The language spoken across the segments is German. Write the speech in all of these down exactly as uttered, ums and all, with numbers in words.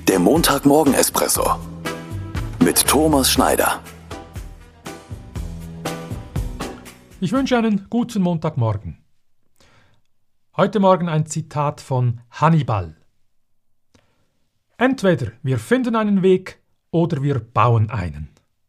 Der Montagmorgen-Espresso mit Thomas Schneider. Ich wünsche einen guten Montagmorgen. Heute Morgen ein Zitat von Hannibal. Entweder wir finden einen Weg oder wir bauen einen.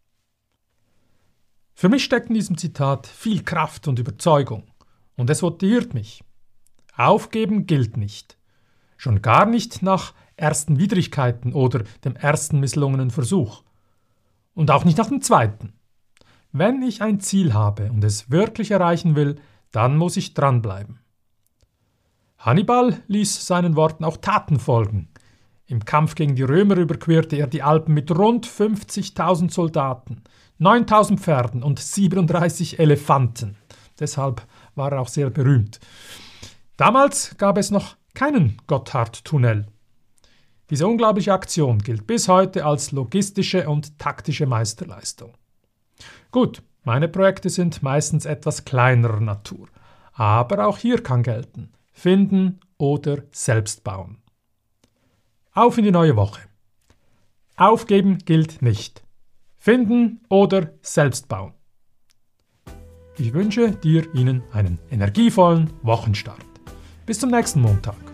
Für mich steckt in diesem Zitat viel Kraft und Überzeugung und es motiviert mich. Aufgeben gilt nicht. Schon gar nicht nach ersten Widrigkeiten oder dem ersten misslungenen Versuch. Und auch nicht nach dem zweiten. Wenn ich ein Ziel habe und es wirklich erreichen will, dann muss ich dranbleiben. Hannibal ließ seinen Worten auch Taten folgen. Im Kampf gegen die Römer überquerte er die Alpen mit rund fünfzigtausend Soldaten, neuntausend Pferden und siebenunddreißig Elefanten. Deshalb war er auch sehr berühmt. Damals gab es noch keinen Gotthardtunnel. Diese unglaubliche Aktion gilt bis heute als logistische und taktische Meisterleistung. Gut, meine Projekte sind meistens etwas kleinerer Natur, aber auch hier kann gelten: finden oder selbst bauen. Auf in die neue Woche. Aufgeben gilt nicht. Finden oder selbst bauen. Ich wünsche dir Ihnen einen energievollen Wochenstart. Bis zum nächsten Montag.